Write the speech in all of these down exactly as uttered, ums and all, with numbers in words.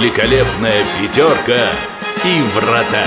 великолепная пятерка и вратарь.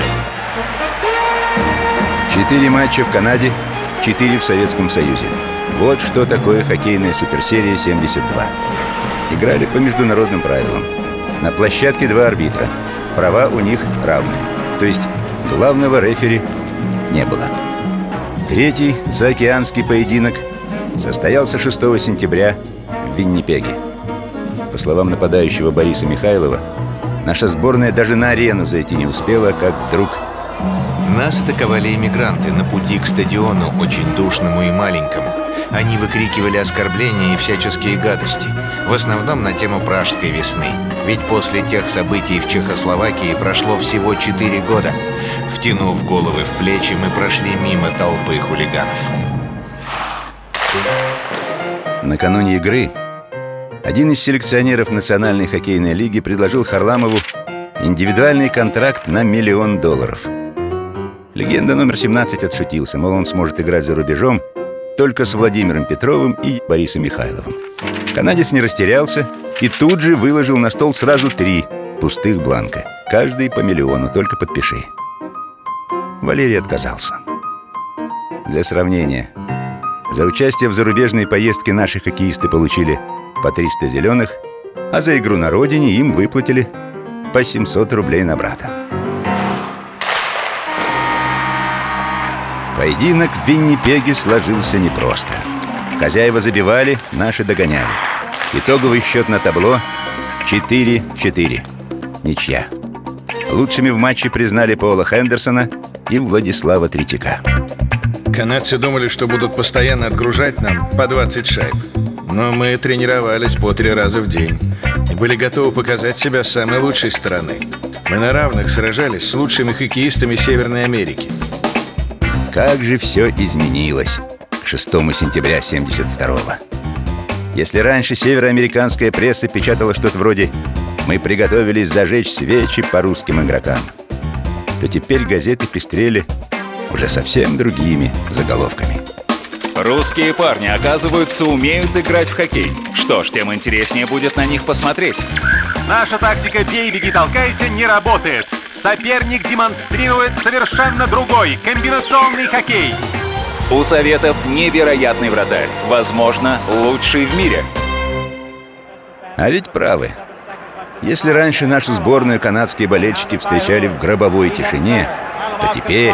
Четыре матча в Канаде, четыре в Советском Союзе. Вот что такое хоккейная суперсерия семьдесят два. Играли по международным правилам. На площадке два арбитра. Права у них равные. То есть главного рефери не было. Третий заокеанский поединок состоялся шестого сентября в Виннипеге. По словам нападающего Бориса Михайлова, наша сборная даже на арену зайти не успела, как вдруг... Нас атаковали иммигранты на пути к стадиону, очень душному и маленькому. Они выкрикивали оскорбления и всяческие гадости. В основном на тему Пражской весны. Ведь после тех событий в Чехословакии прошло всего четыре года. Втянув головы в плечи, мы прошли мимо толпы хулиганов. Накануне игры один из селекционеров Национальной хоккейной лиги предложил Харламову индивидуальный контракт на миллион долларов. Легенда номер семнадцать отшутился, мол, он сможет играть за рубежом только с Владимиром Петровым и Борисом Михайловым. Канадец не растерялся и тут же выложил на стол сразу три пустых бланка. Каждый по миллиону, только подпиши. Валерий отказался. Для сравнения, за участие в зарубежной поездке наши хоккеисты получили по триста зеленых, а за игру на родине им выплатили по семьсот рублей на брата. Поединок в Виннипеге сложился непросто. Хозяева забивали, наши догоняли. Итоговый счет на табло четыре-четыре. Ничья. Лучшими в матче признали Пола Хендерсона и Владислава Третьяка. Канадцы думали, что будут постоянно отгружать нам по двадцать шайб. Но мы тренировались по три раза в день и были готовы показать себя с самой лучшей стороны. Мы на равных сражались с лучшими хоккеистами Северной Америки. Как же все изменилось к шестому сентября семьдесят второго. Если раньше североамериканская пресса печатала что-то вроде «Мы приготовились зажечь свечи по русским игрокам», то теперь газеты пестрели уже совсем другими заголовками. Русские парни, оказывается, умеют играть в хоккей. Что ж, тем интереснее будет на них посмотреть. Наша тактика «бей, беги, толкайся» не работает. Соперник демонстрирует совершенно другой, комбинационный хоккей. У Советов невероятный вратарь. Возможно, лучший в мире. А ведь правы. Если раньше нашу сборную канадские болельщики встречали в гробовой тишине, то теперь...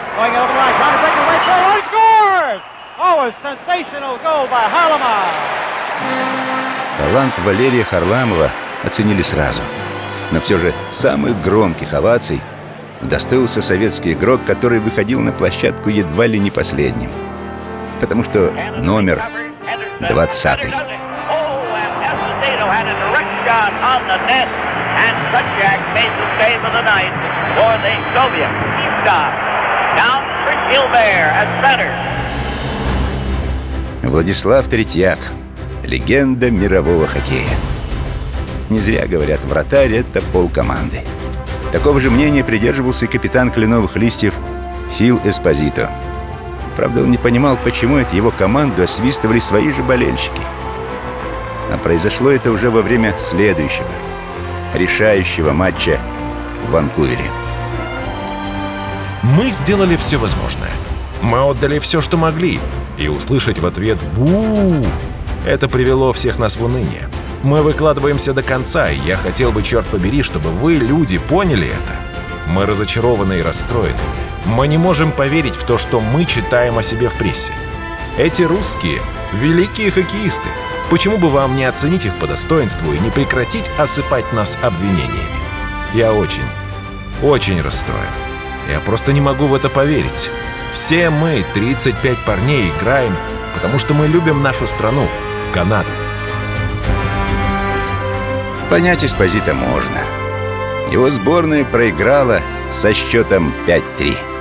Талант Валерия Харламова оценили сразу. Но все же самых громких оваций удостоился советский игрок, который выходил на площадку едва ли не последним. Потому что номер двадцатый. Владислав Третьяк. Легенда мирового хоккея. Не зря говорят, вратарь — это полкоманды. Такого же мнения придерживался и капитан кленовых листьев Фил Эспозито. Правда, он не понимал, почему это его команду освистывали свои же болельщики. А произошло это уже во время следующего, решающего матча в Ванкувере. Мы сделали все возможное. Мы отдали все, что могли. И услышать в ответ «бу» — это привело всех нас в уныние. Мы выкладываемся до конца, и я хотел бы, черт побери, чтобы вы, люди, поняли это. Мы разочарованы и расстроены. Мы не можем поверить в то, что мы читаем о себе в прессе. Эти русские — великие хоккеисты. Почему бы вам не оценить их по достоинству и не прекратить осыпать нас обвинениями? Я очень, очень расстроен. Я просто не могу в это поверить. Все мы, тридцать пять парней, играем, потому что мы любим нашу страну, Канаду. Понять Эспозито можно. Его сборная проиграла со счетом пять-три.